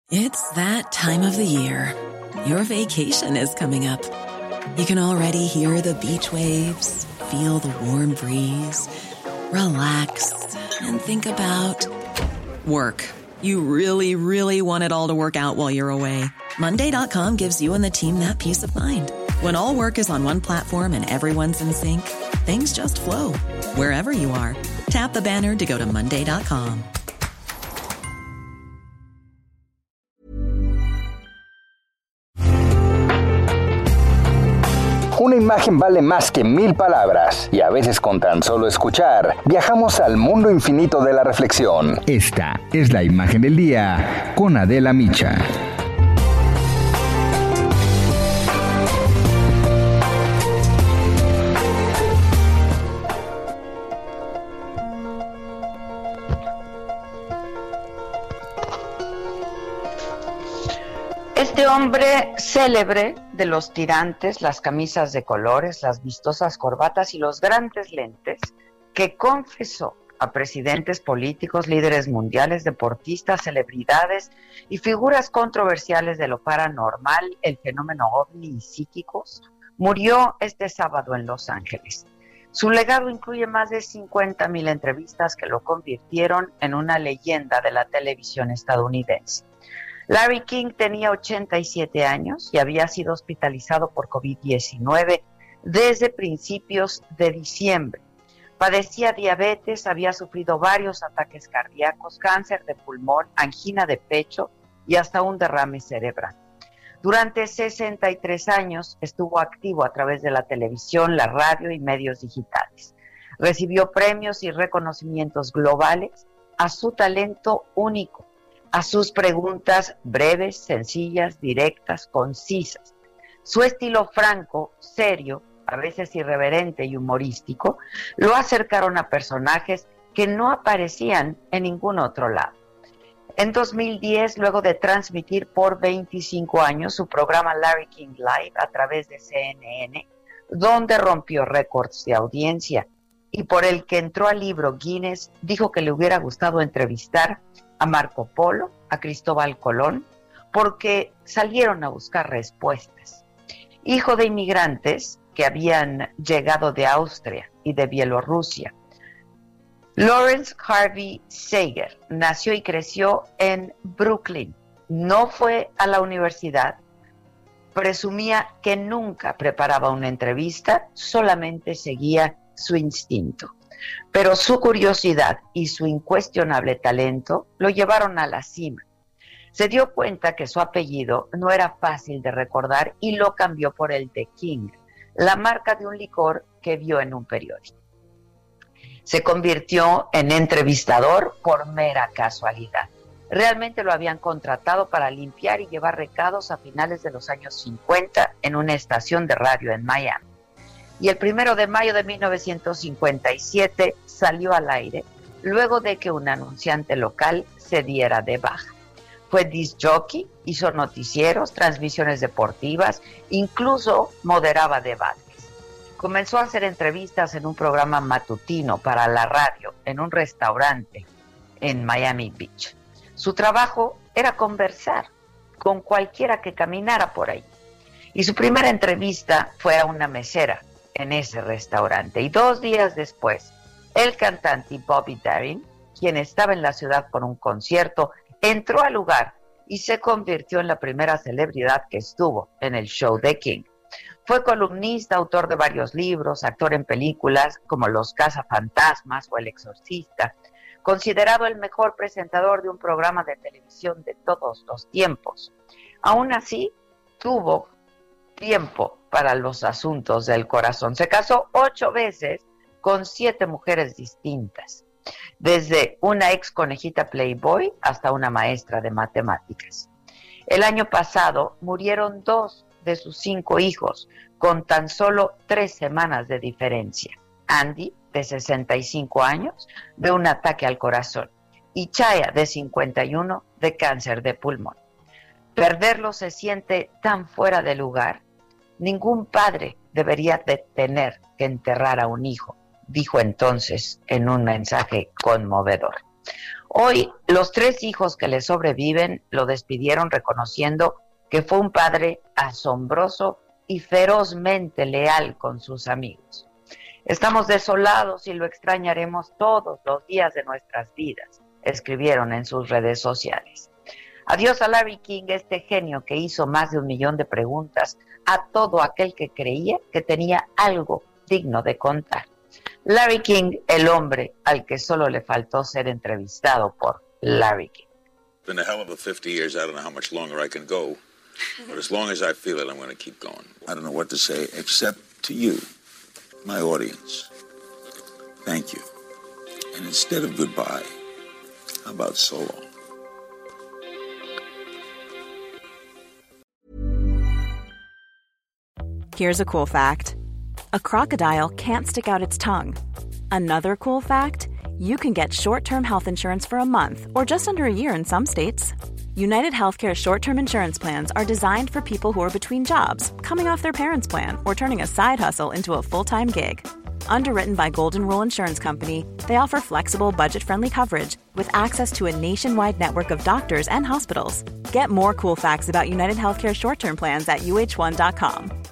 It's that time of the year. Your vacation is coming up. You can already hear the beach waves, feel the warm breeze, relax, and think about work. You really, really want it all to work out while you're away. Monday.com gives you and the team that peace of mind. When all work is on one platform and everyone's in sync, things just flow. Wherever you are, tap the banner to go to Monday.com. Una imagen vale más que 1000 palabras, y a veces con tan solo escuchar, viajamos al mundo infinito de la reflexión. Esta es la imagen del día con Adela Micha. Este hombre célebre de los tirantes, las camisas de colores, las vistosas corbatas y los grandes lentes, que confesó a presidentes políticos, líderes mundiales, deportistas, celebridades y figuras controversiales de lo paranormal, el fenómeno ovni y psíquicos, murió este sábado en Los Ángeles. Su legado incluye más de 50,000 entrevistas que lo convirtieron en una leyenda de la televisión estadounidense. Larry King tenía 87 años y había sido hospitalizado por COVID-19 desde principios de diciembre. Padecía diabetes, había sufrido varios ataques cardíacos, cáncer de pulmón, angina de pecho y hasta un derrame cerebral. Durante 63 años estuvo activo a través de la televisión, la radio y medios digitales. Recibió premios y reconocimientos globales a su talento único, a sus preguntas breves, sencillas, directas, concisas. Su estilo franco, serio, a veces irreverente y humorístico, lo acercaron a personajes que no aparecían en ningún otro lado. En 2010, luego de transmitir por 25 años su programa Larry King Live a través de CNN, donde rompió récords de audiencia y por el que entró al libro Guinness, dijo que le hubiera gustado entrevistar a Marco Polo, a Cristóbal Colón, porque salieron a buscar respuestas. Hijo de inmigrantes que habían llegado de Austria y de Bielorrusia, Lawrence Harvey Sager nació y creció en Brooklyn. No fue a la universidad, presumía que nunca preparaba una entrevista, solamente seguía su instinto. Pero su curiosidad y su incuestionable talento lo llevaron a la cima. Se dio cuenta que su apellido no era fácil de recordar y lo cambió por el de King, la marca de un licor que vio en un periódico. Se convirtió en entrevistador por mera casualidad. Realmente lo habían contratado para limpiar y llevar recados a finales de los años 50 en una estación de radio en Miami. Y el 1 de mayo de 1957 salió al aire luego de que un anunciante local se diera de baja. Fue disc jockey, hizo noticieros, transmisiones deportivas, incluso moderaba debates. Comenzó a hacer entrevistas en un programa matutino para la radio en un restaurante en Miami Beach. Su trabajo era conversar con cualquiera que caminara por ahí. Y su primera entrevista fue a una mesera en ese restaurante. Y 2 días después, el cantante Bobby Darin, quien estaba en la ciudad por un concierto, entró al lugar y se convirtió en la primera celebridad que estuvo en el show de King. Fue columnista, autor de varios libros, actor en películas como Los Cazafantasmas o El Exorcista, considerado el mejor presentador de un programa de televisión de todos los tiempos. Aún así, tuvo tiempo para los asuntos del corazón. Se casó 8 veces con 7 mujeres distintas, desde una ex conejita Playboy hasta una maestra de matemáticas. El año pasado murieron 2 de sus 5 hijos, con tan solo 3 semanas de diferencia. Andy, de 65 años, de un ataque al corazón, y Chaya, de 51, de cáncer de pulmón. Perderlo se siente tan fuera de lugar. Ningún padre debería de tener que enterrar a un hijo, dijo entonces en un mensaje conmovedor. Hoy, los 3 hijos que le sobreviven lo despidieron reconociendo que fue un padre asombroso y ferozmente leal con sus amigos. Estamos desolados y lo extrañaremos todos los días de nuestras vidas, escribieron en sus redes sociales. Adiós a Larry King, este genio que hizo más de 1 millón de preguntas a todo aquel que creía que tenía algo digno de contar. Larry King, el hombre al que solo le faltó ser entrevistado por Larry King. It's been a hell of a 50 years. I don't know how much longer I can go. But as long as I feel it, I'm going to keep going. I don't know what to say except to you, my audience. Thank you. And instead of goodbye, how about so long? Here's a cool fact. A crocodile can't stick out its tongue. Another cool fact, you can get short-term health insurance for a month or just under a year in some states. United Healthcare short-term insurance plans are designed for people who are between jobs, coming off their parents' plan, or turning a side hustle into a full-time gig. Underwritten by Golden Rule Insurance Company, they offer flexible, budget-friendly coverage with access to a nationwide network of doctors and hospitals. Get more cool facts about United Healthcare short-term plans at uh1.com.